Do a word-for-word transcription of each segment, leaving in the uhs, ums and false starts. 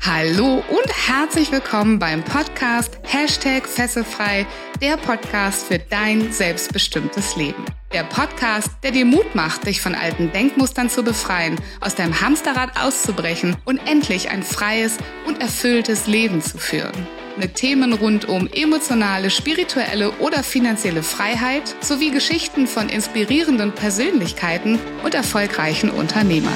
Hallo und herzlich willkommen beim Podcast Hashtag Fesselfrei, der Podcast für dein selbstbestimmtes Leben. Der Podcast, der dir Mut macht, dich von alten Denkmustern zu befreien, aus deinem Hamsterrad auszubrechen und endlich ein freies und erfülltes Leben zu führen. Mit Themen rund um emotionale, spirituelle oder finanzielle Freiheit sowie Geschichten von inspirierenden Persönlichkeiten und erfolgreichen Unternehmern.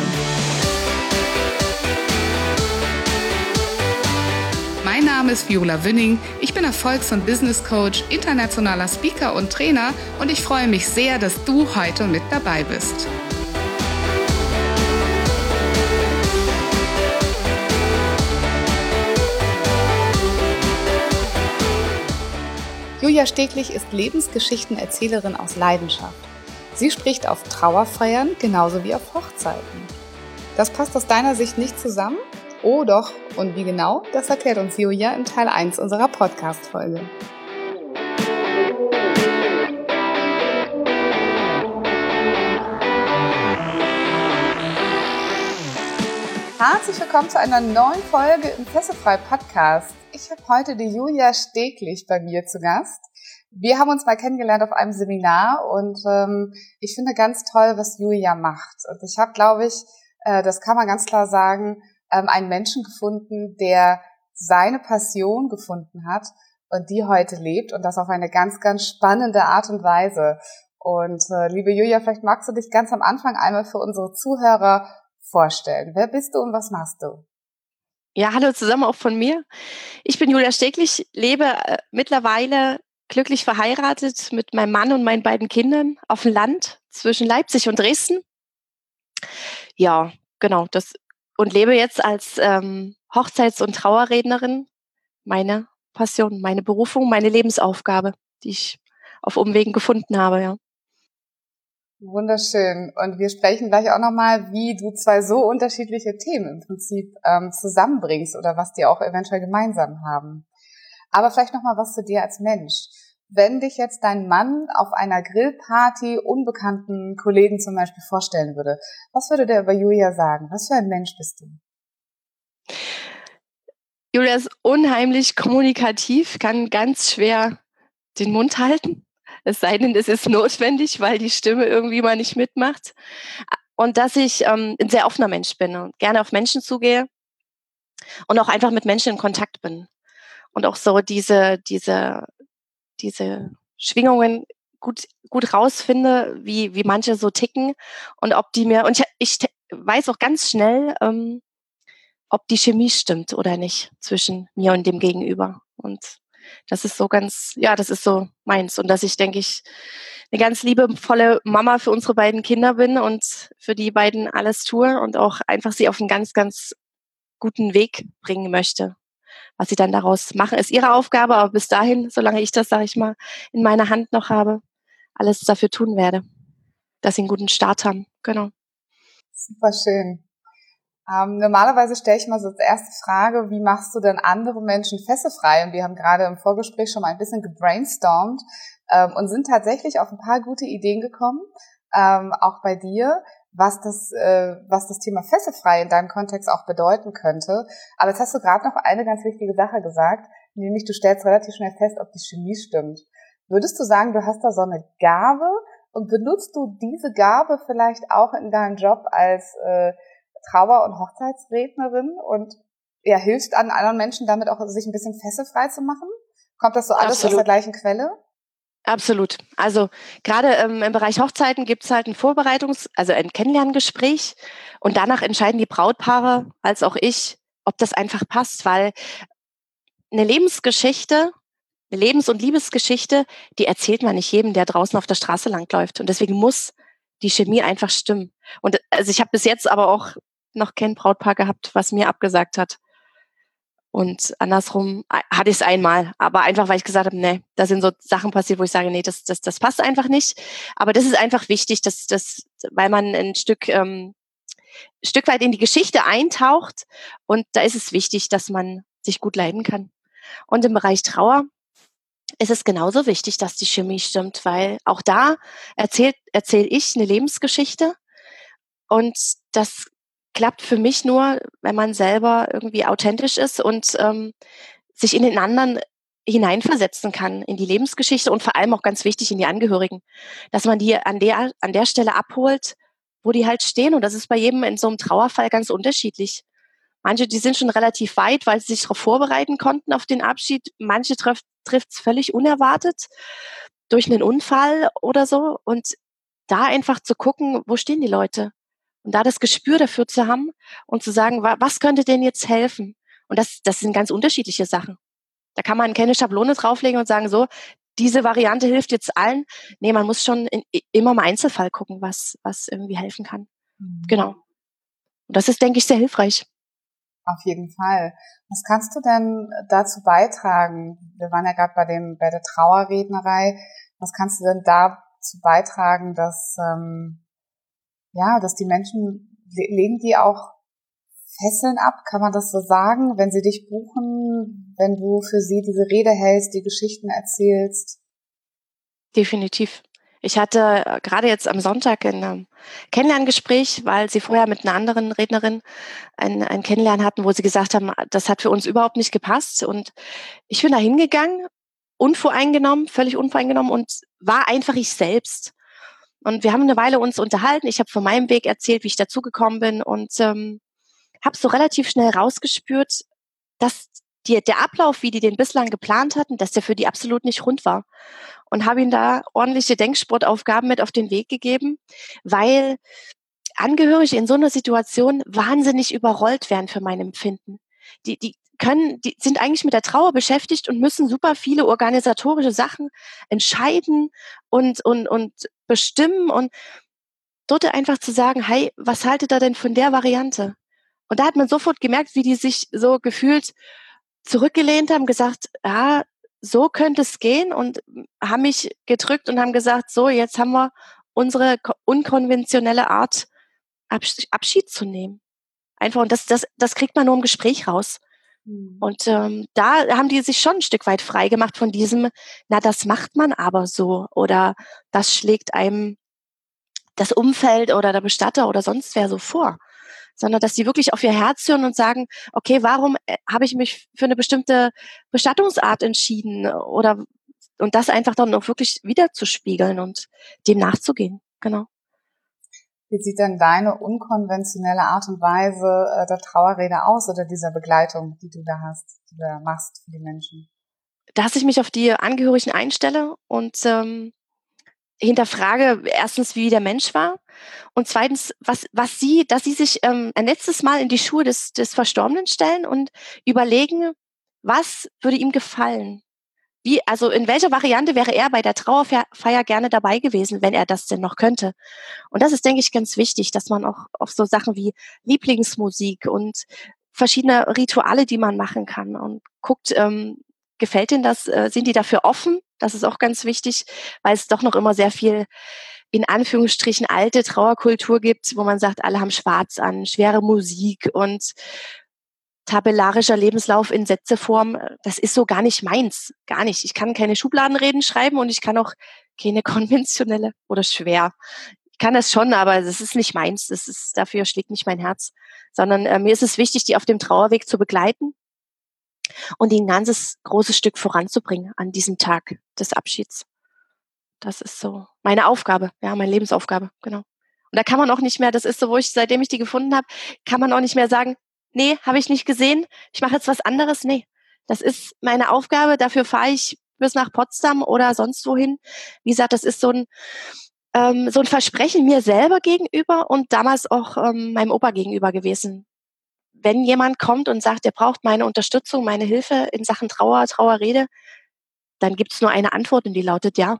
Mein Name ist Viola Wünning, ich bin Erfolgs- und Business Coach, internationaler Speaker und Trainer und ich freue mich sehr, dass du heute mit dabei bist. Julia Steglich ist Lebensgeschichtenerzählerin aus Leidenschaft. Sie spricht auf Trauerfeiern genauso wie auf Hochzeiten. Das passt aus deiner Sicht nicht zusammen? Oh doch, und wie genau, das erklärt uns Julia in Teil eins unserer Podcast-Folge. Herzlich willkommen zu einer neuen Folge im Fesselfrei-Podcast. Ich habe heute die Julia Steglich bei mir zu Gast. Wir haben uns mal kennengelernt auf einem Seminar und ähm, ich finde ganz toll, was Julia macht. Und ich habe, glaube ich, äh, das kann man ganz klar sagen, ähm, einen Menschen gefunden, der seine Passion gefunden hat und die heute lebt und das auf eine ganz, ganz spannende Art und Weise. Und äh, liebe Julia, vielleicht magst du dich ganz am Anfang einmal für unsere Zuhörer vorstellen. Wer bist du und was machst du? Ja, hallo zusammen auch von mir. Ich bin Julia Steglich, lebe äh, mittlerweile glücklich verheiratet mit meinem Mann und meinen beiden Kindern auf dem Land zwischen Leipzig und Dresden. Ja, genau, das und lebe jetzt als ähm, Hochzeits- und Trauerrednerin. Meine Passion, meine Berufung, meine Lebensaufgabe, die ich auf Umwegen gefunden habe, ja. Wunderschön. Und wir sprechen gleich auch nochmal, wie du zwei so unterschiedliche Themen im Prinzip ähm, zusammenbringst oder was die auch eventuell gemeinsam haben. Aber vielleicht nochmal was zu dir als Mensch. Wenn dich jetzt dein Mann auf einer Grillparty unbekannten Kollegen zum Beispiel vorstellen würde, was würde der über Julia sagen? Was für ein Mensch bist du? Julia ist unheimlich kommunikativ, kann ganz schwer den Mund halten. Es sei denn, es ist notwendig, weil die Stimme irgendwie mal nicht mitmacht. Und dass ich ähm, ein sehr offener Mensch bin und gerne auf Menschen zugehe und auch einfach mit Menschen in Kontakt bin. Und auch so diese, diese, diese Schwingungen gut, gut rausfinde, wie, wie manche so ticken und ob die mir, und ich, ich weiß auch ganz schnell, ähm, ob die Chemie stimmt oder nicht zwischen mir und dem Gegenüber. Und das ist so ganz, ja, das ist so meins. Und dass ich, denke ich, eine ganz liebevolle Mama für unsere beiden Kinder bin und für die beiden alles tue und auch einfach sie auf einen ganz, ganz guten Weg bringen möchte. Was sie dann daraus machen, ist ihre Aufgabe, aber bis dahin, solange ich das, sage ich mal, in meiner Hand noch habe, alles dafür tun werde, dass sie einen guten Start haben. Genau. Super schön. Ähm, normalerweise stelle ich mal so als erste Frage, wie machst du denn andere Menschen fesselfrei? Und wir haben gerade im Vorgespräch schon mal ein bisschen gebrainstormt ähm, und sind tatsächlich auf ein paar gute Ideen gekommen, ähm, auch bei dir, was das, äh, was das Thema fesselfrei in deinem Kontext auch bedeuten könnte. Aber jetzt hast du gerade noch eine ganz wichtige Sache gesagt, nämlich du stellst relativ schnell fest, ob die Chemie stimmt. Würdest du sagen, du hast da so eine Gabe und benutzt du diese Gabe vielleicht auch in deinem Job als äh, Trauer- und Hochzeitsrednerin und ja, hilfst an anderen Menschen damit auch, sich ein bisschen fesselfrei zu machen? Kommt das so alles Absolut. aus der gleichen Quelle? Absolut. Also gerade ähm, im Bereich Hochzeiten gibt es halt ein Vorbereitungs-, also ein Kennenlerngespräch und danach entscheiden die Brautpaare als auch ich, ob das einfach passt, weil eine Lebensgeschichte, eine Lebens- und Liebesgeschichte, die erzählt man nicht jedem, der draußen auf der Straße langläuft. Und deswegen muss die Chemie einfach stimmen. Und also ich habe bis jetzt aber auch noch kein Brautpaar gehabt, was mir abgesagt hat. Und andersrum hatte ich es einmal, aber einfach, weil ich gesagt habe, nee, da sind so Sachen passiert, wo ich sage, nee, das, das, das passt einfach nicht. Aber das ist einfach wichtig, dass, dass, weil man ein Stück, ähm, Stück weit in die Geschichte eintaucht. Und da ist es wichtig, dass man sich gut leiden kann. Und im Bereich Trauer ist es genauso wichtig, dass die Chemie stimmt, weil auch da erzählt, erzähle ich eine Lebensgeschichte und das klappt für mich nur, wenn man selber irgendwie authentisch ist und ähm, sich in den anderen hineinversetzen kann, in die Lebensgeschichte und vor allem auch ganz wichtig in die Angehörigen, dass man die an der, an der Stelle abholt, wo die halt stehen. Und das ist bei jedem in so einem Trauerfall ganz unterschiedlich. Manche, die sind schon relativ weit, weil sie sich darauf vorbereiten konnten auf den Abschied. Manche trifft es völlig unerwartet durch einen Unfall oder so. Und da einfach zu gucken, wo stehen die Leute? Und da das Gespür dafür zu haben und zu sagen, wa- was könnte denen jetzt helfen? Und das, das sind ganz unterschiedliche Sachen. Da kann man keine Schablone drauflegen und sagen, so, diese Variante hilft jetzt allen. Nee, man muss schon in, immer im Einzelfall gucken, was, was irgendwie helfen kann. Mhm. Genau. Und das ist, denke ich, sehr hilfreich. Auf jeden Fall. Was kannst du denn dazu beitragen? Wir waren ja gerade bei dem bei der Trauerrednerei. Was kannst du denn dazu beitragen, dass ähm, ja, dass die Menschen, legen die auch Fesseln ab, kann man das so sagen, wenn sie dich buchen, wenn du für sie diese Rede hältst, die Geschichten erzählst? Definitiv. Ich hatte äh, gerade jetzt am Sonntag ein ähm, Kennenlerngespräch, weil sie vorher mit einer anderen Rednerin ein, ein Kennenlernen hatten, wo sie gesagt haben, das hat für uns überhaupt nicht gepasst. Und ich bin da hingegangen, unvoreingenommen, völlig unvoreingenommen und war einfach ich selbst. Und wir haben eine Weile uns unterhalten. Ich habe von meinem Weg erzählt, wie ich dazugekommen bin und ähm, habe so relativ schnell rausgespürt, dass die, der Ablauf, wie die den bislang geplant hatten, dass der für die absolut nicht rund war. Und habe ihnen da ordentliche Denksportaufgaben mit auf den Weg gegeben, weil Angehörige in so einer Situation wahnsinnig überrollt werden für mein Empfinden. Die, die können, die sind eigentlich mit der Trauer beschäftigt und müssen super viele organisatorische Sachen entscheiden und, und, und bestimmen und dort einfach zu sagen, hey, was haltet ihr denn von der Variante? Und da hat man sofort gemerkt, wie die sich so gefühlt zurückgelehnt haben, gesagt, ja, so könnte es gehen und haben mich gedrückt und haben gesagt, so, jetzt haben wir unsere unkonventionelle Art, Abschied zu nehmen. Einfach, und das, das, das kriegt man nur im Gespräch raus. Mhm. Und ähm, da haben die sich schon ein Stück weit frei gemacht von diesem, na, das macht man aber so oder das schlägt einem das Umfeld oder der Bestatter oder sonst wer so vor, sondern dass die wirklich auf ihr Herz hören und sagen, okay, warum habe ich mich für eine bestimmte Bestattungsart entschieden oder und das einfach dann auch wirklich wiederzuspiegeln und dem nachzugehen, genau. Wie sieht denn deine unkonventionelle Art und Weise äh, der Trauerrede aus oder dieser Begleitung, die du da hast, die du da machst für die Menschen? Dass ich mich auf die Angehörigen einstelle und ähm, hinterfrage erstens, wie der Mensch war und zweitens, was, was sie, dass sie sich ähm, ein letztes Mal in die Schuhe des, des Verstorbenen stellen und überlegen, was würde ihm gefallen? Wie, also in welcher Variante wäre er bei der Trauerfeier gerne dabei gewesen, wenn er das denn noch könnte? Und das ist, denke ich, ganz wichtig, dass man auch auf so Sachen wie Lieblingsmusik und verschiedene Rituale, die man machen kann und guckt, ähm, gefällt Ihnen das? Äh, sind die dafür offen? Das ist auch ganz wichtig, weil es doch noch immer sehr viel in Anführungsstrichen alte Trauerkultur gibt, wo man sagt, alle haben schwarz an, schwere Musik und tabellarischer Lebenslauf in Sätzeform. Das ist so gar nicht meins, gar nicht. Ich kann keine Schubladenreden schreiben und ich kann auch keine konventionelle oder schwer. Ich kann das schon, aber das ist nicht meins. Das ist, dafür schlägt nicht mein Herz, sondern äh, mir ist es wichtig, die auf dem Trauerweg zu begleiten und die ein ganzes großes Stück voranzubringen an diesem Tag des Abschieds. Das ist so meine Aufgabe, ja, meine Lebensaufgabe, genau. Und da kann man auch nicht mehr, das ist so, wo ich, seitdem ich die gefunden habe, kann man auch nicht mehr sagen, nee, habe ich nicht gesehen, ich mache jetzt was anderes. Nee, das ist meine Aufgabe, dafür fahre ich bis nach Potsdam oder sonst wohin. Wie gesagt, das ist so ein, ähm, so ein Versprechen mir selber gegenüber und damals auch ähm, meinem Opa gegenüber gewesen. Wenn jemand kommt und sagt, er braucht meine Unterstützung, meine Hilfe in Sachen Trauer, Trauerrede, dann gibt es nur eine Antwort und die lautet ja.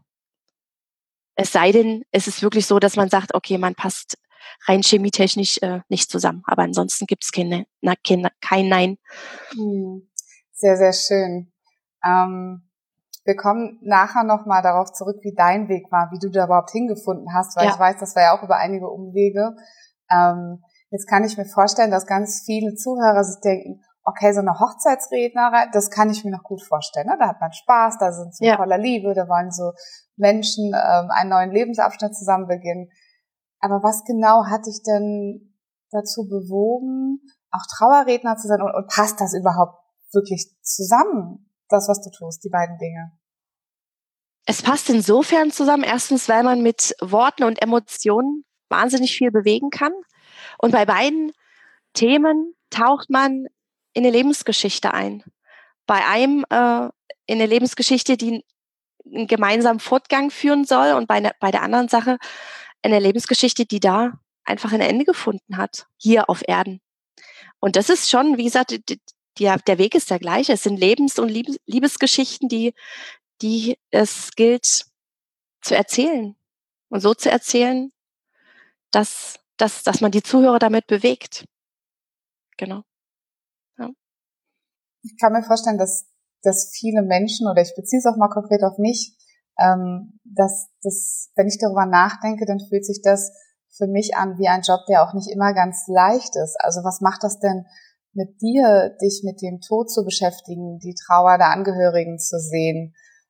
Es sei denn, es ist wirklich so, dass man sagt, okay, man passt rein chemietechnisch äh, nicht zusammen. Aber ansonsten gibt es keine, na, kein, kein Nein. Sehr, sehr schön. Ähm, wir kommen nachher nochmal darauf zurück, wie dein Weg war, wie du da überhaupt hingefunden hast, weil ja. ich weiß, das war ja auch über einige Umwege. Ähm, jetzt kann ich mir vorstellen, dass ganz viele Zuhörer sich denken, okay, so eine Hochzeitsrednerin, das kann ich mir noch gut vorstellen. Ne? Da hat man Spaß, da sind sie ja. voller Liebe, da wollen so Menschen ähm, einen neuen Lebensabschnitt zusammen beginnen. Aber was genau hat dich denn dazu bewogen, auch Trauerredner zu sein? Und, und passt das überhaupt wirklich zusammen, das, was du tust, die beiden Dinge? Es passt insofern zusammen. Erstens, weil man mit Worten und Emotionen wahnsinnig viel bewegen kann. Und bei beiden Themen taucht man in eine Lebensgeschichte ein. Bei einem äh, in eine Lebensgeschichte, die einen gemeinsamen Fortgang führen soll, und bei, ne, bei der anderen Sache eine Lebensgeschichte, die da einfach ein Ende gefunden hat, hier auf Erden. Und das ist schon, wie gesagt, die, die, der Weg ist der gleiche. Es sind Lebens- und Liebes, Liebesgeschichten, die, die es gilt zu erzählen. Und so zu erzählen, dass, dass, dass man die Zuhörer damit bewegt. Genau. Ja. Ich kann mir vorstellen, dass, dass viele Menschen, oder ich beziehe es auch mal konkret auf mich, ähm, dass, dass, wenn ich darüber nachdenke, dann fühlt sich das für mich an wie ein Job, der auch nicht immer ganz leicht ist. Also was macht das denn mit dir, dich mit dem Tod zu beschäftigen, die Trauer der Angehörigen zu sehen?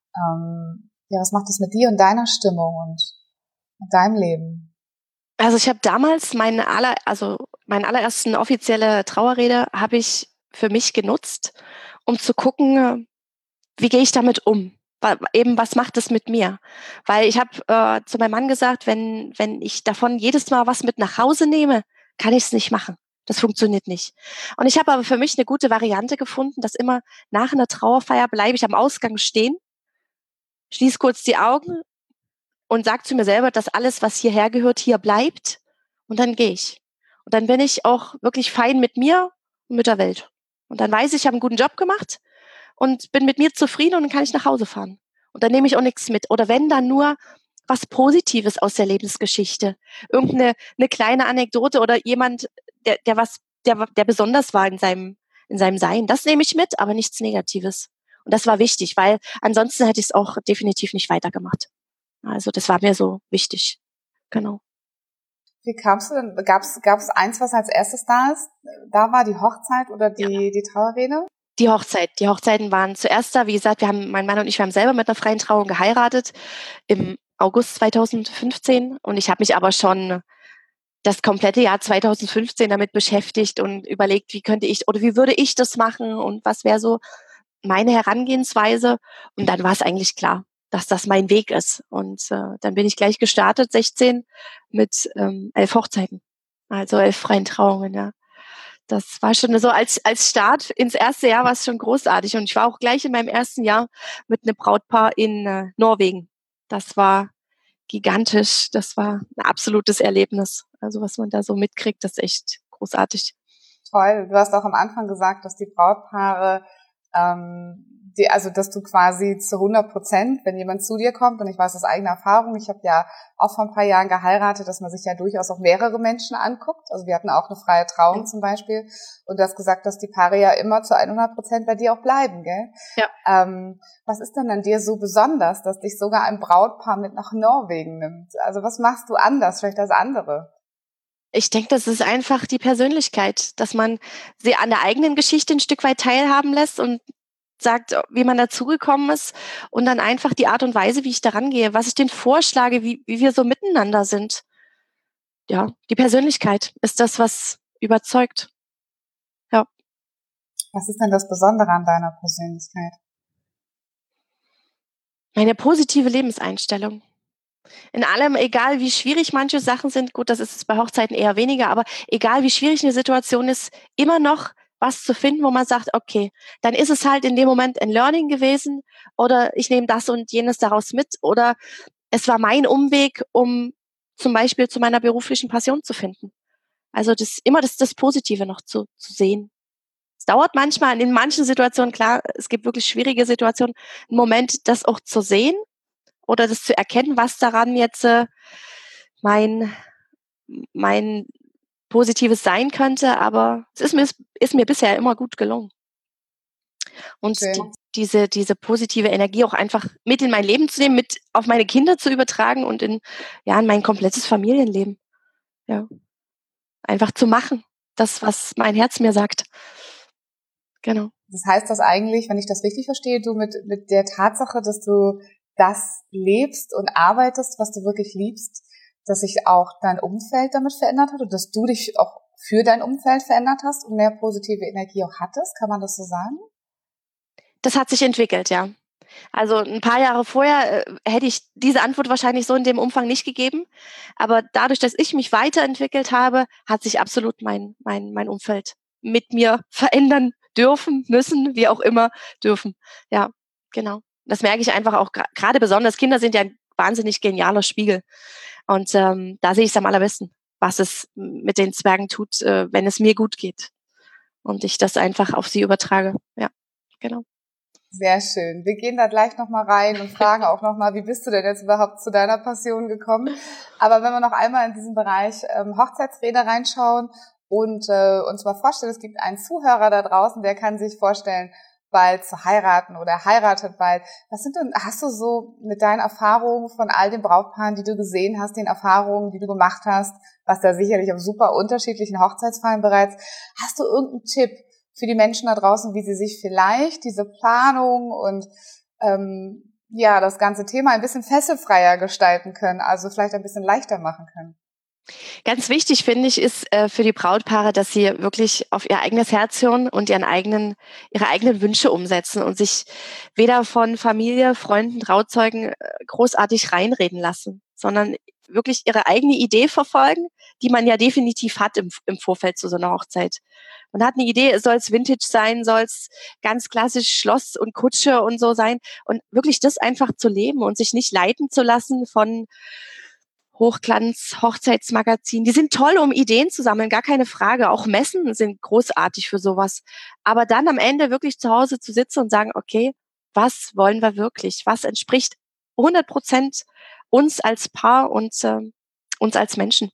Ähm, ja, was macht das mit dir und deiner Stimmung und, und deinem Leben? Also ich habe damals meine aller, also meinen allerersten offizielle Trauerrede habe ich für mich genutzt, um zu gucken, wie gehe ich damit um? Eben, was macht es mit mir? Weil ich habe äh, zu meinem Mann gesagt, wenn, wenn ich davon jedes Mal was mit nach Hause nehme, kann ich es nicht machen. Das funktioniert nicht. Und ich habe aber für mich eine gute Variante gefunden, dass immer nach einer Trauerfeier bleibe ich am Ausgang stehen, schließe kurz die Augen und sage zu mir selber, dass alles, was hierher gehört, hier bleibt. Und dann gehe ich. Und dann bin ich auch wirklich fein mit mir und mit der Welt. Und dann weiß ich, ich habe einen guten Job gemacht und bin mit mir zufrieden und dann kann ich nach Hause fahren. Und dann nehme ich auch nichts mit. Oder wenn, dann nur was Positives aus der Lebensgeschichte. Irgendeine eine kleine Anekdote oder jemand, der, der was, der, der besonders war in seinem, in seinem Sein. Das nehme ich mit, aber nichts Negatives. Und das war wichtig, weil ansonsten hätte ich es auch definitiv nicht weitergemacht. Also das war mir so wichtig. Genau. Wie kamst du denn? Gab's gab's eins, was als erstes da ist? Da war die Hochzeit oder die Ja. die Trauerrede? Die Hochzeit. Die Hochzeiten waren zuerst da. Wie gesagt, wir haben, mein Mann und ich, wir haben selber mit einer freien Trauung geheiratet im August zweitausendfünfzehn. Und ich habe mich aber schon das komplette Jahr zweitausendfünfzehn damit beschäftigt und überlegt, wie könnte ich oder wie würde ich das machen und was wäre so meine Herangehensweise. Und dann war es eigentlich klar, dass das mein Weg ist. Und äh, dann bin ich gleich gestartet, sechzehn, mit ähm, elf Hochzeiten. Also elf freien Trauungen, ja. Das war schon so, als, als Start ins erste Jahr war es schon großartig. Und ich war auch gleich in meinem ersten Jahr mit einem Brautpaar in äh, Norwegen. Das war gigantisch. Das war ein absolutes Erlebnis. Also was man da so mitkriegt, das ist echt großartig. Toll. Du hast auch am Anfang gesagt, dass die Brautpaare, ähm, die, also dass du quasi zu hundert Prozent, wenn jemand zu dir kommt, und ich weiß aus eigener Erfahrung, ich habe ja auch vor ein paar Jahren geheiratet, dass man sich ja durchaus auch mehrere Menschen anguckt. Also wir hatten auch eine freie Trauung zum Beispiel. Und du hast gesagt, dass die Paare ja immer zu hundert Prozent bei dir auch bleiben, gell? Ja. Ähm, was ist denn an dir so besonders, dass dich sogar ein Brautpaar mit nach Norwegen nimmt? Also was machst du anders vielleicht als andere? Ich denke, das ist einfach die Persönlichkeit, dass man sie an der eigenen Geschichte ein Stück weit teilhaben lässt und sagt, wie man dazugekommen ist und dann einfach die Art und Weise, wie ich daran gehe, was ich denen vorschlage, wie, wie wir so miteinander sind. Ja, die Persönlichkeit ist das, was überzeugt. Ja. Was ist denn das Besondere an deiner Persönlichkeit? Meine positive Lebenseinstellung. In allem, egal wie schwierig manche Sachen sind, gut, das ist bei Hochzeiten eher weniger, aber egal wie schwierig eine Situation ist, immer noch was zu finden, wo man sagt, okay, dann ist es halt in dem Moment ein Learning gewesen oder ich nehme das und jenes daraus mit oder es war mein Umweg, um zum Beispiel zu meiner beruflichen Passion zu finden. Also das immer das, das Positive noch zu, zu sehen. Es dauert manchmal in manchen Situationen, klar, es gibt wirklich schwierige Situationen, einen Moment, das auch zu sehen oder das zu erkennen, was daran jetzt äh, mein, mein Positives sein könnte, aber es ist mir, ist mir bisher immer gut gelungen. Und die, diese, diese positive Energie auch einfach mit in mein Leben zu nehmen, mit auf meine Kinder zu übertragen und in, ja, in mein komplettes Familienleben. Ja. Einfach zu machen. Das, was mein Herz mir sagt. Genau. Das heißt das eigentlich, wenn ich das richtig verstehe, du mit, mit der Tatsache, dass du das lebst und arbeitest, was du wirklich liebst, dass sich auch dein Umfeld damit verändert hat und dass du dich auch für dein Umfeld verändert hast und mehr positive Energie auch hattest? Kann man das so sagen? Das hat sich entwickelt, ja. Also ein paar Jahre vorher äh, hätte ich diese Antwort wahrscheinlich so in dem Umfang nicht gegeben. Aber dadurch, dass ich mich weiterentwickelt habe, hat sich absolut mein, mein, mein Umfeld mit mir verändern dürfen, müssen, wie auch immer dürfen. Ja, genau. Das merke ich einfach auch gra- gerade besonders. Kinder sind ja ein wahnsinnig genialer Spiegel. Und ähm, da sehe ich es am allerbesten, was es mit den Zwergen tut, äh, wenn es mir gut geht. Und ich das einfach auf sie übertrage. Ja, genau. Sehr schön. Wir gehen da gleich nochmal rein und fragen auch nochmal, wie bist du denn jetzt überhaupt zu deiner Passion gekommen? Aber wenn wir noch einmal in diesen Bereich ähm, Hochzeitsrede reinschauen und äh, uns mal vorstellen, es gibt einen Zuhörer da draußen, der kann sich vorstellen, bald zu heiraten oder heiratet bald. Was sind denn, hast du so mit deinen Erfahrungen von all den Brautpaaren, die du gesehen hast, den Erfahrungen, die du gemacht hast, was da sicherlich auf super unterschiedlichen Hochzeitsfeiern bereits, hast du irgendeinen Tipp für die Menschen da draußen, wie sie sich vielleicht diese Planung und ähm, ja das ganze Thema ein bisschen fesselfreier gestalten können, also vielleicht ein bisschen leichter machen können? Ganz wichtig, finde ich, ist äh, für die Brautpaare, dass sie wirklich auf ihr eigenes Herz hören und ihren eigenen, ihre eigenen Wünsche umsetzen und sich weder von Familie, Freunden, Trauzeugen äh, großartig reinreden lassen, sondern wirklich ihre eigene Idee verfolgen, die man ja definitiv hat im, im Vorfeld zu so einer Hochzeit. Man hat eine Idee, soll es Vintage sein, soll es ganz klassisch Schloss und Kutsche und so sein und wirklich das einfach zu leben und sich nicht leiten zu lassen von Hochglanz, Hochzeitsmagazin. Die sind toll, um Ideen zu sammeln, gar keine Frage. Auch Messen sind großartig für sowas. Aber dann am Ende wirklich zu Hause zu sitzen und sagen, okay, was wollen wir wirklich? Was entspricht hundert Prozent uns als Paar und äh, uns als Menschen?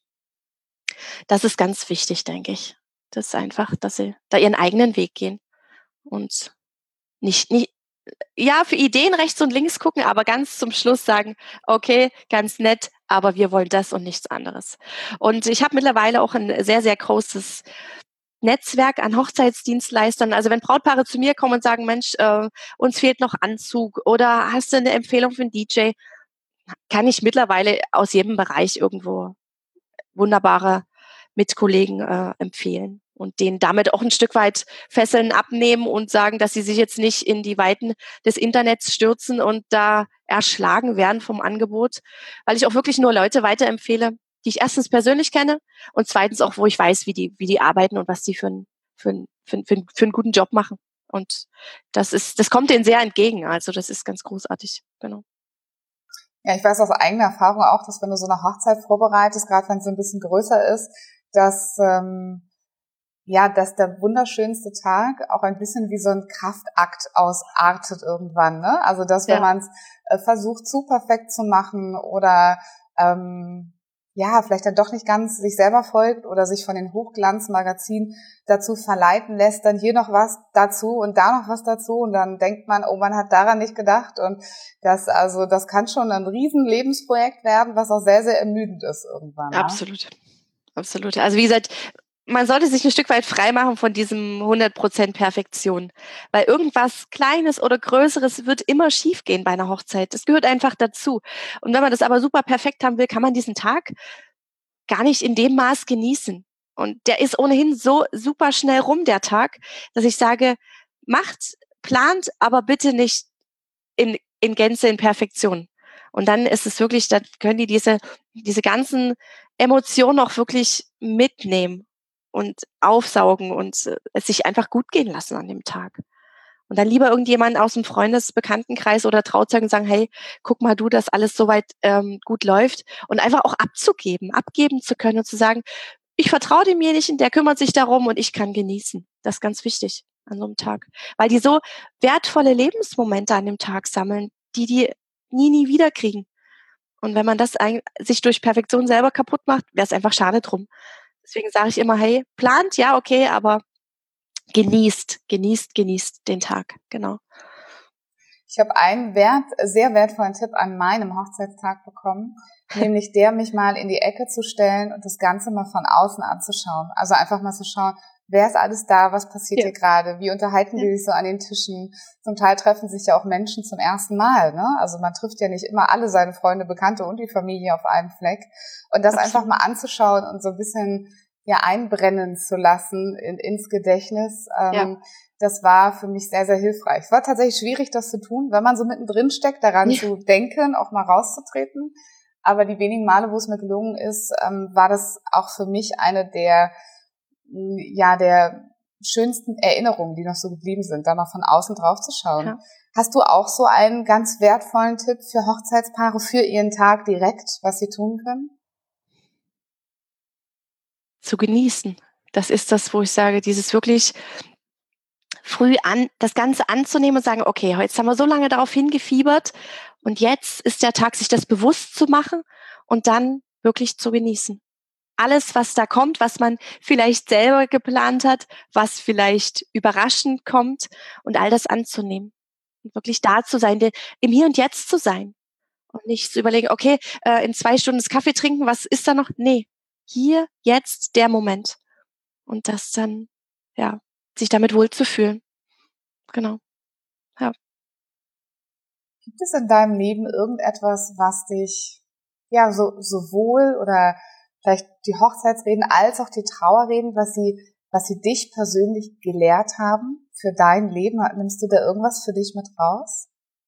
Das ist ganz wichtig, denke ich. Das ist einfach, dass sie da ihren eigenen Weg gehen und nicht, nicht, ja, für Ideen rechts und links gucken, aber ganz zum Schluss sagen, okay, ganz nett, aber wir wollen das und nichts anderes. Und ich habe mittlerweile auch ein sehr, sehr großes Netzwerk an Hochzeitsdienstleistern. Also wenn Brautpaare zu mir kommen und sagen, Mensch, äh, uns fehlt noch Anzug oder hast du eine Empfehlung für einen D J, kann ich mittlerweile aus jedem Bereich irgendwo wunderbare Mitkollegen äh, empfehlen und denen damit auch ein Stück weit Fesseln abnehmen und sagen, dass sie sich jetzt nicht in die Weiten des Internets stürzen und da erschlagen werden vom Angebot, weil ich auch wirklich nur Leute weiterempfehle, die ich erstens persönlich kenne und zweitens auch, wo ich weiß, wie die, wie die arbeiten und was die für einen, für einen, für einen, für einen, für einen guten Job machen. Und das ist, das kommt denen sehr entgegen. Also das ist ganz großartig. Genau. Ja, ich weiß aus eigener Erfahrung auch, dass wenn du so eine Hochzeit vorbereitest, gerade wenn es so ein bisschen größer ist, dass ähm, ja, dass der wunderschönste Tag auch ein bisschen wie so ein Kraftakt ausartet irgendwann, ne? Also dass wenn Ja. man es äh, versucht zu perfekt zu machen oder ähm, ja, vielleicht dann doch nicht ganz sich selber folgt oder sich von den Hochglanzmagazinen dazu verleiten lässt, dann hier noch was dazu und da noch was dazu und dann denkt man, oh, man hat daran nicht gedacht und das, also das kann schon ein riesen Lebensprojekt werden, was auch sehr, sehr ermüdend ist irgendwann. Absolut. Absolut. Also wie gesagt, man sollte sich ein Stück weit freimachen von diesem hundert Prozent Perfektion, weil irgendwas Kleines oder Größeres wird immer schiefgehen bei einer Hochzeit. Das gehört einfach dazu. Und wenn man das aber super perfekt haben will, kann man diesen Tag gar nicht in dem Maß genießen. Und der ist ohnehin so super schnell rum, der Tag, dass ich sage, macht, plant, aber bitte nicht in, in Gänze, in Perfektion. Und dann ist es wirklich, dann können die diese, diese ganzen Emotionen auch wirklich mitnehmen und aufsaugen und äh, es sich einfach gut gehen lassen an dem Tag. Und dann lieber irgendjemand aus dem Freundes-, Bekanntenkreis oder Trauzeugen sagen, hey, guck mal du, dass alles soweit ähm, gut läuft und einfach auch abzugeben, abgeben zu können und zu sagen, ich vertraue demjenigen, der kümmert sich darum und ich kann genießen. Das ist ganz wichtig an so einem Tag. Weil die so wertvolle Lebensmomente an dem Tag sammeln, die die nie, nie wieder kriegen. Und wenn man das ein, sich durch Perfektion selber kaputt macht, wäre es einfach schade drum. Deswegen sage ich immer, hey, plant, ja, okay, aber genießt, genießt, genießt den Tag. Genau. Ich habe einen wert, sehr wertvollen Tipp an meinem Hochzeitstag bekommen, nämlich der, mich mal in die Ecke zu stellen und das Ganze mal von außen anzuschauen. Also einfach mal zu schauen, wer ist alles da, was passiert ja. hier gerade, wie unterhalten ja. die sich so an den Tischen. Zum Teil treffen sich ja auch Menschen zum ersten Mal, ne? Also man trifft ja nicht immer alle seine Freunde, Bekannte und die Familie auf einem Fleck. Und das Absolut. Einfach mal anzuschauen und so ein bisschen ja einbrennen zu lassen in, ins Gedächtnis. Ähm, Ja. Das war für mich sehr, sehr hilfreich. Es war tatsächlich schwierig, das zu tun, wenn man so mittendrin steckt, daran Ja. zu denken, auch mal rauszutreten. Aber die wenigen Male, wo es mir gelungen ist, ähm, war das auch für mich eine der, ja, der schönsten Erinnerungen, die noch so geblieben sind, da mal von außen drauf zu schauen. Ja. Hast du auch so einen ganz wertvollen Tipp für Hochzeitspaare für ihren Tag direkt, was sie tun können? Zu genießen. Das ist das, wo ich sage, dieses wirklich früh an, das Ganze anzunehmen und sagen, okay, jetzt haben wir so lange darauf hingefiebert und jetzt ist der Tag, sich das bewusst zu machen und dann wirklich zu genießen. Alles, was da kommt, was man vielleicht selber geplant hat, was vielleicht überraschend kommt und all das anzunehmen. Und wirklich da zu sein, im Hier und Jetzt zu sein. Und nicht zu überlegen, okay, äh, in zwei Stunden das Kaffee trinken, was ist da noch? Nee, hier, jetzt, der Moment. Und das dann, ja, sich damit wohlzufühlen. Genau, ja. Gibt es in deinem Leben irgendetwas, was dich, ja, so, sowohl oder vielleicht die Hochzeitsreden als auch die Trauerreden, was sie, was sie dich persönlich gelehrt haben für dein Leben? Nimmst du da irgendwas für dich mit raus?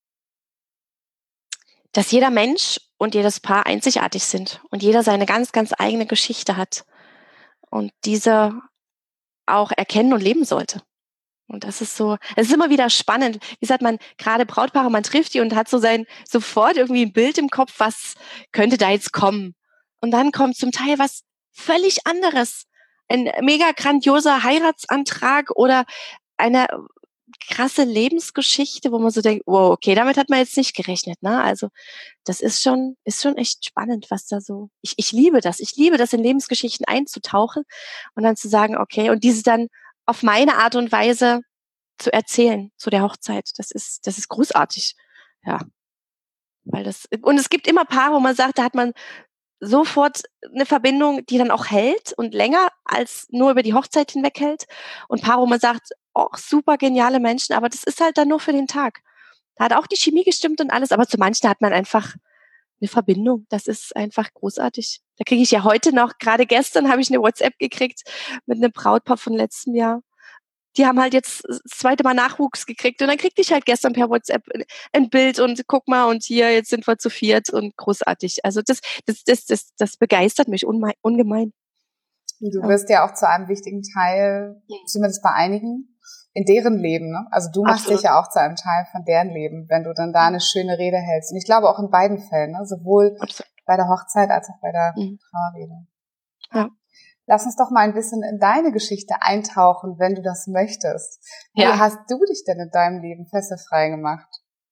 Dass jeder Mensch und jedes Paar einzigartig sind und jeder seine ganz, ganz eigene Geschichte hat und diese auch erkennen und leben sollte. Und das ist so, es ist immer wieder spannend. Wie sagt man, gerade Brautpaare, man trifft die und hat so sein, sofort irgendwie ein Bild im Kopf, was könnte da jetzt kommen? Und dann kommt zum Teil was völlig anderes. Ein mega grandioser Heiratsantrag oder eine krasse Lebensgeschichte, wo man so denkt, wow, okay, damit hat man jetzt nicht gerechnet, ne? Also, das ist schon, ist schon echt spannend, was da so, ich, ich liebe das. Ich liebe das, in Lebensgeschichten einzutauchen und dann zu sagen, okay, und diese dann auf meine Art und Weise zu erzählen zu der Hochzeit. Das ist, das ist großartig. Ja, weil das, und es gibt immer Paare, wo man sagt, da hat man sofort eine Verbindung, die dann auch hält und länger als nur über die Hochzeit hinweg hält. Und Paare, wo man sagt, oh, super geniale Menschen, aber das ist halt dann nur für den Tag. Da hat auch die Chemie gestimmt und alles, aber zu manchen hat man einfach eine Verbindung. Das ist einfach großartig. Da kriege ich ja heute noch, gerade gestern habe ich eine WhatsApp gekriegt mit einem Brautpaar von letztem Jahr. Die haben halt jetzt das zweite Mal Nachwuchs gekriegt und dann kriegte ich halt gestern per WhatsApp ein Bild und guck mal und hier, jetzt sind wir zu viert und großartig. Also das, das, das, das, das begeistert mich ungemein. Du wirst ja auch zu einem wichtigen Teil, zumindest bei einigen, in deren Leben, ne? Also du machst Absolut. dich ja auch zu einem Teil von deren Leben, wenn du dann da eine schöne Rede hältst. Und ich glaube auch in beiden Fällen, ne? Sowohl Absolut. Bei der Hochzeit als auch bei der mhm. Trauerrede. Ja. Lass uns doch mal ein bisschen in deine Geschichte eintauchen, wenn du das möchtest. Wie ja. hast du dich denn in deinem Leben fessefrei gemacht?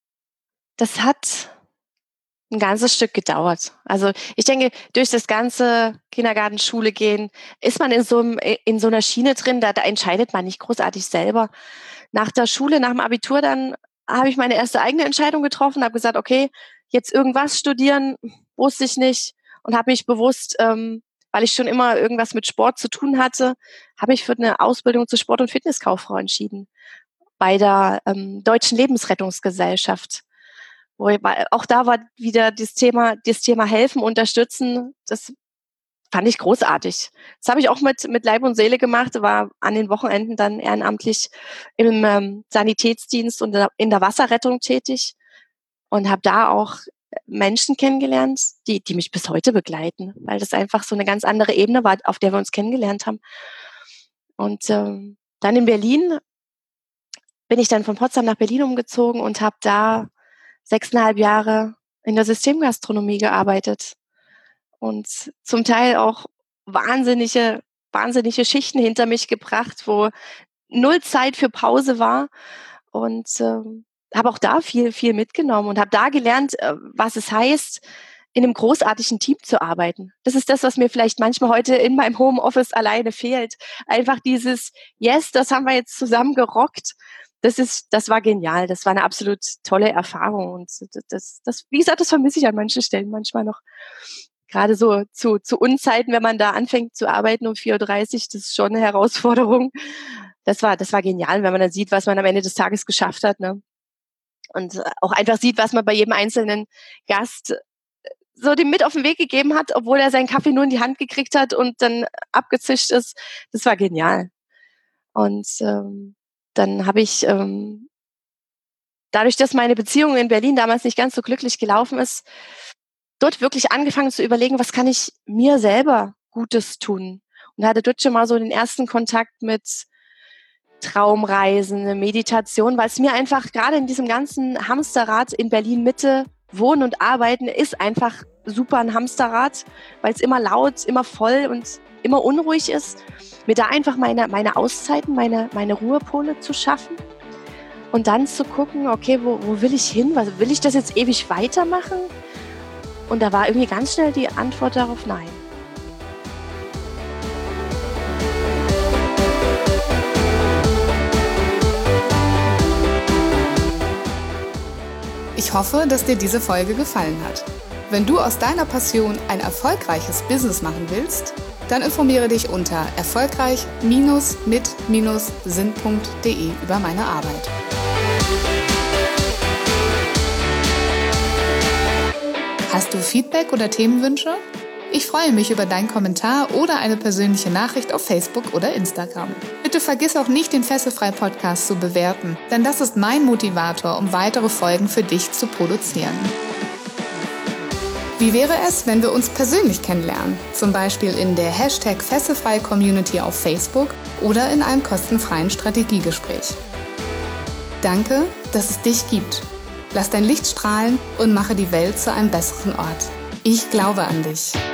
Das hat ein ganzes Stück gedauert. Also ich denke, durch das ganze Kindergarten, Schule gehen, ist man in so, einem, in so einer Schiene drin, da, da entscheidet man nicht großartig selber. Nach der Schule, nach dem Abitur, dann habe ich meine erste eigene Entscheidung getroffen, habe gesagt, okay, jetzt irgendwas studieren, wusste ich nicht und habe mich bewusst, ähm, weil ich schon immer irgendwas mit Sport zu tun hatte, habe ich für eine Ausbildung zur Sport- und Fitnesskauffrau entschieden bei der ähm, Deutschen Lebensrettungsgesellschaft. Wo, auch da war wieder das Thema, das Thema helfen, unterstützen, das fand ich großartig. Das habe ich auch mit, mit Leib und Seele gemacht, war an den Wochenenden dann ehrenamtlich im ähm, Sanitätsdienst und in der Wasserrettung tätig und habe da auch Menschen kennengelernt, die, die mich bis heute begleiten, weil das einfach so eine ganz andere Ebene war, auf der wir uns kennengelernt haben. Und ähm, dann in Berlin bin ich dann von Potsdam nach Berlin umgezogen und habe da sechseinhalb Jahre in der Systemgastronomie gearbeitet und zum Teil auch wahnsinnige, wahnsinnige Schichten hinter mich gebracht, wo null Zeit für Pause war und ähm, habe auch da viel, viel mitgenommen und habe da gelernt, äh, was es heißt, in einem großartigen Team zu arbeiten. Das ist das, was mir vielleicht manchmal heute in meinem Homeoffice alleine fehlt. Einfach dieses, yes, das haben wir jetzt zusammen gerockt. Das ist, das war genial. Das war eine absolut tolle Erfahrung. Und das, das, wie gesagt, das vermisse ich an manchen Stellen manchmal noch. Gerade so zu, zu Unzeiten, wenn man da anfängt zu arbeiten um vier Uhr dreißig, das ist schon eine Herausforderung. Das war, das war genial, wenn man dann sieht, was man am Ende des Tages geschafft hat, ne? Und auch einfach sieht, was man bei jedem einzelnen Gast so dem mit auf den Weg gegeben hat, obwohl er seinen Kaffee nur in die Hand gekriegt hat und dann abgezischt ist. Das war genial. Und ähm, dann habe ich, ähm, dadurch, dass meine Beziehung in Berlin damals nicht ganz so glücklich gelaufen ist, dort wirklich angefangen zu überlegen, was kann ich mir selber Gutes tun. Und hatte dort schon mal so den ersten Kontakt mit Traumreisen, Meditation, weil es mir einfach gerade in diesem ganzen Hamsterrad in Berlin-Mitte, Wohnen und Arbeiten ist einfach super ein Hamsterrad, weil es immer laut, immer voll und immer unruhig ist. Mir da einfach meine, meine Auszeiten, meine, meine Ruhepole zu schaffen und dann zu gucken, okay, wo, wo will ich hin? Was, will ich das jetzt ewig weitermachen? Und da war irgendwie ganz schnell die Antwort darauf nein. Ich hoffe, dass dir diese Folge gefallen hat. Wenn du aus deiner Passion ein erfolgreiches Business machen willst, dann informiere dich unter erfolgreich mit sinn punkt de über meine Arbeit. Hast du Feedback oder Themenwünsche? Ich freue mich über deinen Kommentar oder eine persönliche Nachricht auf Facebook oder Instagram. Bitte vergiss auch nicht, den Fesselfrei-Podcast zu bewerten, denn das ist mein Motivator, um weitere Folgen für dich zu produzieren. Wie wäre es, wenn wir uns persönlich kennenlernen? Zum Beispiel in der Hashtag Fesselfrei-Community auf Facebook oder in einem kostenfreien Strategiegespräch. Danke, dass es dich gibt. Lass dein Licht strahlen und mache die Welt zu einem besseren Ort. Ich glaube an dich.